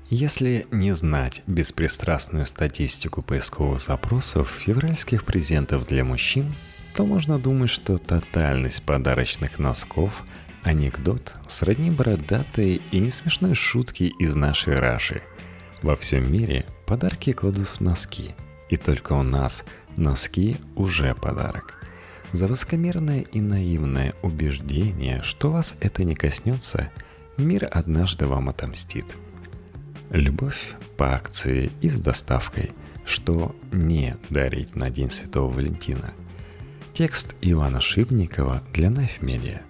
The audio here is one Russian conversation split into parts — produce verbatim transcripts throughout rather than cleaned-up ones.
Если не знать беспристрастную статистику поисковых запросов февральских презентов для мужчин, то можно думать, что тотальность подарочных носков – анекдот сродни бородатой и несмешной шутки из нашей Раши. Во всем мире подарки кладут в носки, и только у нас носки уже подарок. За высокомерное и наивное убеждение, что вас это не коснется, мир однажды вам отомстит. Любовь по акции и с доставкой, что не дарить на День Святого Валентина. Текст Ивана Шибникова для Knife Media.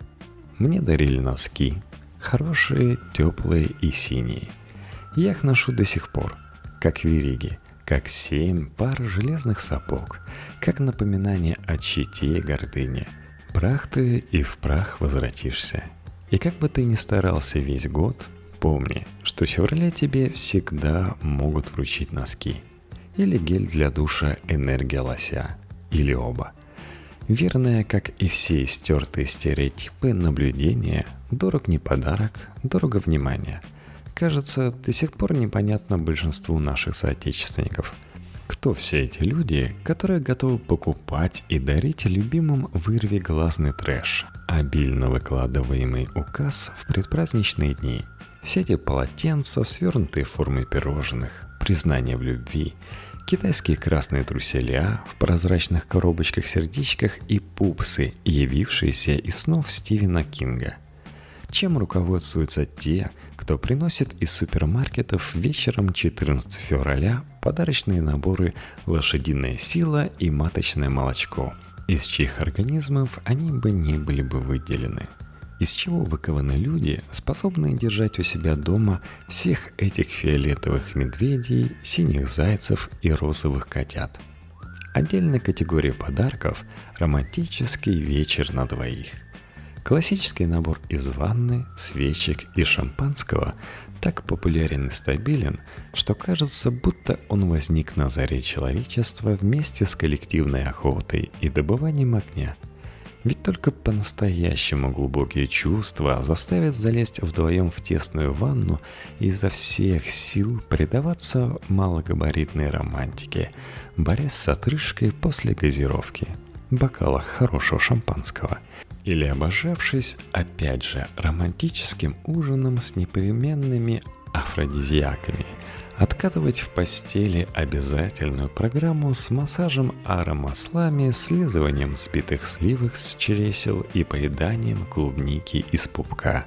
Мне дарили носки, хорошие, теплые и синие. Я их ношу до сих пор, как вериги, как семь пар железных сапог, как напоминание о щите и гордыне. Прах ты и в прах возвратишься. И как бы ты ни старался весь год, помни, что в феврале тебе всегда могут вручить носки. Или гель для душа «Энергия лося». Или оба. Верное, как и все стертые стереотипы наблюдения, дорог не подарок, дорого внимание. Кажется, до сих пор непонятно большинству наших соотечественников, кто все эти люди, которые готовы покупать и дарить любимым вырвиглазный трэш, обильно выкладываемый указ в предпраздничные дни. Все эти полотенца, свернутые в форме пирожных, признание в любви, китайские красные труселя в прозрачных коробочках-сердечках и пупсы, явившиеся из снов Стивена Кинга. Чем руководствуются те, кто приносит из супермаркетов вечером четырнадцатого февраля подарочные наборы «Лошадиная сила» и «Маточное молочко», из чьих организмов они бы не были бы выделены? Из чего выкованы люди, способные держать у себя дома всех этих фиолетовых медведей, синих зайцев и розовых котят? Отдельная категория подарков – романтический вечер на двоих. Классический набор из ванны, свечек и шампанского так популярен и стабилен, что кажется, будто он возник на заре человечества вместе с коллективной охотой и добыванием огня. Ведь только по-настоящему глубокие чувства заставят залезть вдвоем в тесную ванну и изо всех сил предаваться малогабаритной романтике, борясь с отрыжкой после газировки, бокала хорошего шампанского, или обожавшись, опять же, романтическим ужином с непременными афродизиаками, откатывать в постели обязательную программу с массажем аромаслами, слизыванием сбитых сливок с чересел и поеданием клубники из пупка.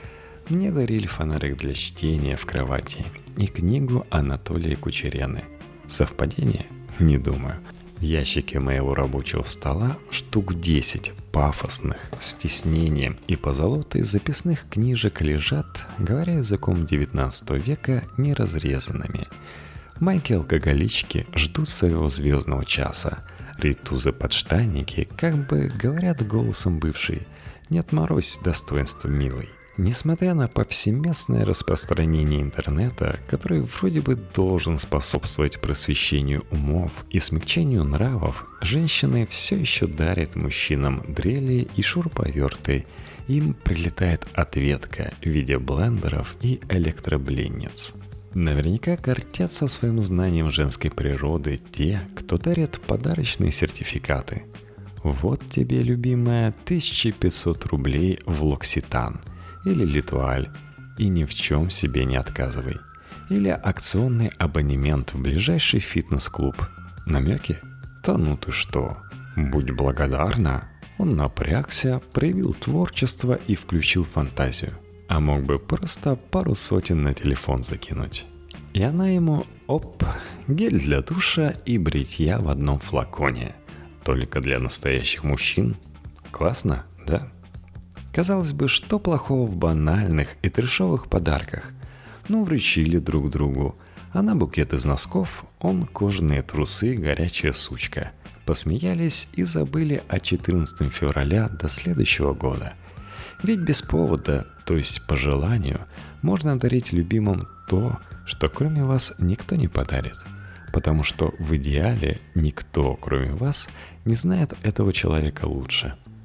Мне дарили фонарик для чтения в кровати и книгу Анатолия Кучерены. Совпадение? Не думаю. В ящике моего рабочего стола штук десять пафосных, с тиснением и позолотой записных книжек лежат, говоря языком девятнадцатого века, неразрезанными. Майки-алкоголички ждут своего звездного часа. Ритузы-подштанники, как бы говорят голосом бывшей: «Не отморозь достоинства, милый». Несмотря на повсеместное распространение интернета, который вроде бы должен способствовать просвещению умов и смягчению нравов, женщины все еще дарят мужчинам дрели и шуруповерты. Им прилетает ответка в виде блендеров и электроблинниц. Наверняка гордятся своим знанием женской природы те, кто дарят подарочные сертификаты. Вот тебе, любимая, тысяча пятьсот рублей в Локситан. Или Литуаль, и ни в чем себе не отказывай. Или акционный абонемент в ближайший фитнес-клуб. Намеки? Да ну ты что? Будь благодарна. Он напрягся, проявил творчество и включил фантазию. А мог бы просто пару сотен на телефон закинуть. И она ему, оп, гель для душа и бритья в одном флаконе. Только для настоящих мужчин. Классно, да? Казалось бы, что плохого в банальных и трешовых подарках? Ну, вручили друг другу. Она букет из носков, он кожаные трусы, горячая сучка. Посмеялись и забыли о четырнадцатого февраля до следующего года. Ведь без повода, то есть по желанию, можно дарить любимым то, что кроме вас никто не подарит. Потому что в идеале никто, кроме вас, не знает этого человека лучше.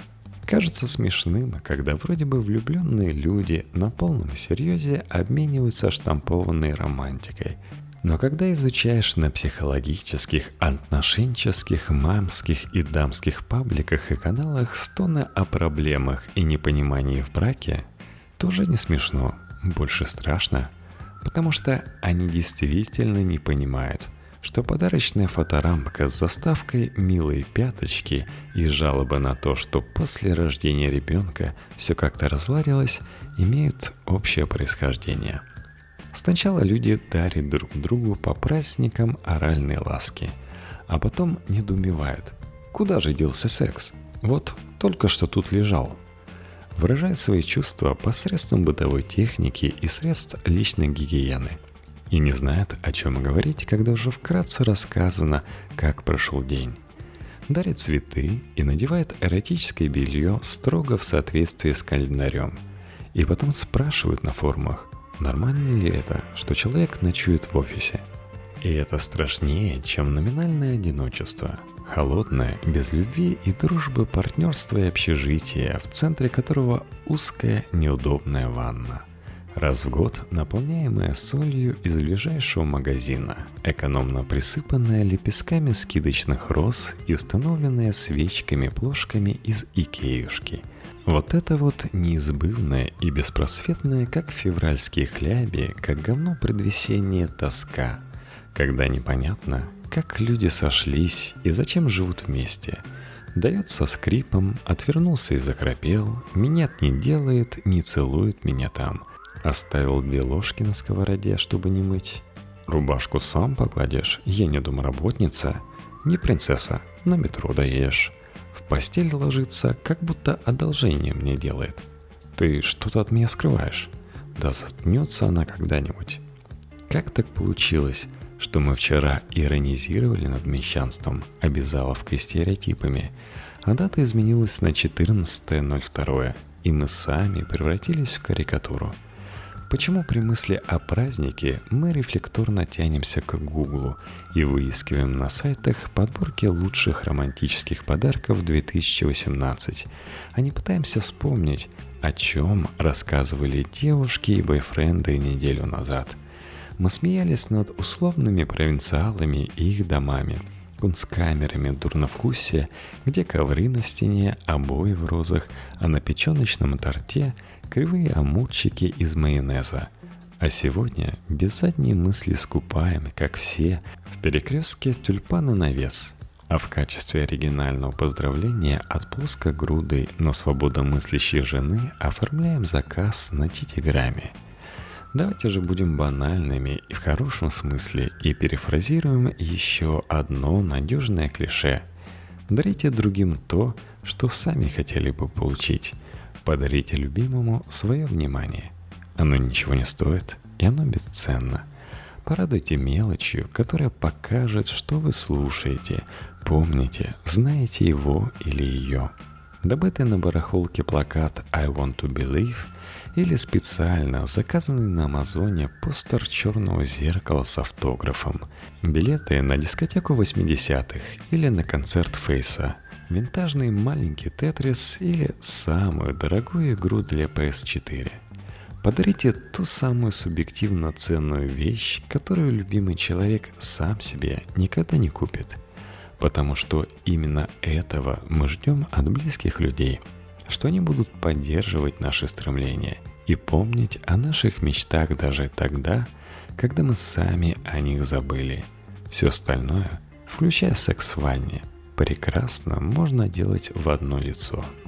Кажется смешным, когда вроде бы влюбленные люди на полном серьезе обмениваются штампованной романтикой. Но когда изучаешь на психологических, отношенческих, мамских и дамских пабликах и каналах стоны о проблемах и непонимании в браке, то уже не смешно, больше страшно, потому что они действительно не понимают, что подарочная фоторамка с заставкой «Милые пяточки» и жалобы на то, что после рождения ребенка все как-то разладилось, имеют общее происхождение. Сначала люди дарят друг другу по праздникам оральные ласки, а потом недоумевают, куда же делся секс? Вот только что тут лежал. Выражают свои чувства посредством бытовой техники и средств личной гигиены. И не знают, о чем говорить, когда уже вкратце рассказано, как прошел день. Дарят цветы и надевают эротическое белье строго в соответствии с календарем. И потом спрашивают на форумах, нормально ли это, что человек ночует в офисе. И это страшнее, чем номинальное одиночество. Холодное, без любви и дружбы партнерство и общежитие, в центре которого узкая неудобная ванна. Раз в год наполняемая солью из ближайшего магазина, экономно присыпанная лепестками скидочных роз и установленная свечками-плошками из икеюшки. Вот это вот неизбывная и беспросветная, как февральские хляби, как говно предвесенняя тоска, когда непонятно, как люди сошлись и зачем живут вместе. Дает со скрипом, отвернулся и захрапел, минет не делает, не целует меня там. Оставил две ложки на сковороде, чтобы не мыть. Рубашку сам погладишь, я не домработница. Не принцесса, на метро доедешь. В постель ложится, как будто одолжение мне делает. Ты что-то от меня скрываешь. Да заткнется она когда-нибудь. Как так получилось, что мы вчера иронизировали над мещанством, обязаловкой стереотипами, а дата изменилась на четырнадцатое ноль второе, и мы сами превратились в карикатуру? Почему при мысли о празднике мы рефлекторно тянемся к Гуглу и выискиваем на сайтах подборки лучших романтических подарков две тысячи восемнадцать, а не пытаемся вспомнить, о чем рассказывали девушки и бойфренды неделю назад? Мы смеялись над условными провинциалами и их домами, кунсткамерами дурновкусия, где ковры на стене, обои в розах, а на печеночном торте кривые амурчики из майонеза. А сегодня без задней мысли скупаем, как все, в перекрестке тюльпаны на вес. А в качестве оригинального поздравления от плоскогрудой, но свободомыслящей жены оформляем заказ на титиграмме. Давайте же будем банальными и в хорошем смысле и перефразируем еще одно надежное клише. Дарите другим то, что сами хотели бы получить. Подарите любимому свое внимание. Оно ничего не стоит, и оно бесценно. Порадуйте мелочью, которая покажет, что вы слушаете, помните, знаете его или ее. Добытый на барахолке плакат «I want to believe» или специально заказанный на Амазоне постер черного зеркала с автографом, билеты на дискотеку восьмидесятых или на концерт Фейса, винтажный маленький Тетрис или самую дорогую игру для пи эс четыре. Подарите ту самую субъективно ценную вещь, которую любимый человек сам себе никогда не купит. Потому что именно этого мы ждем от близких людей, что они будут поддерживать наши стремления и помнить о наших мечтах даже тогда, когда мы сами о них забыли. Все остальное, включая секс в ванне, прекрасно можно делать в одно лицо.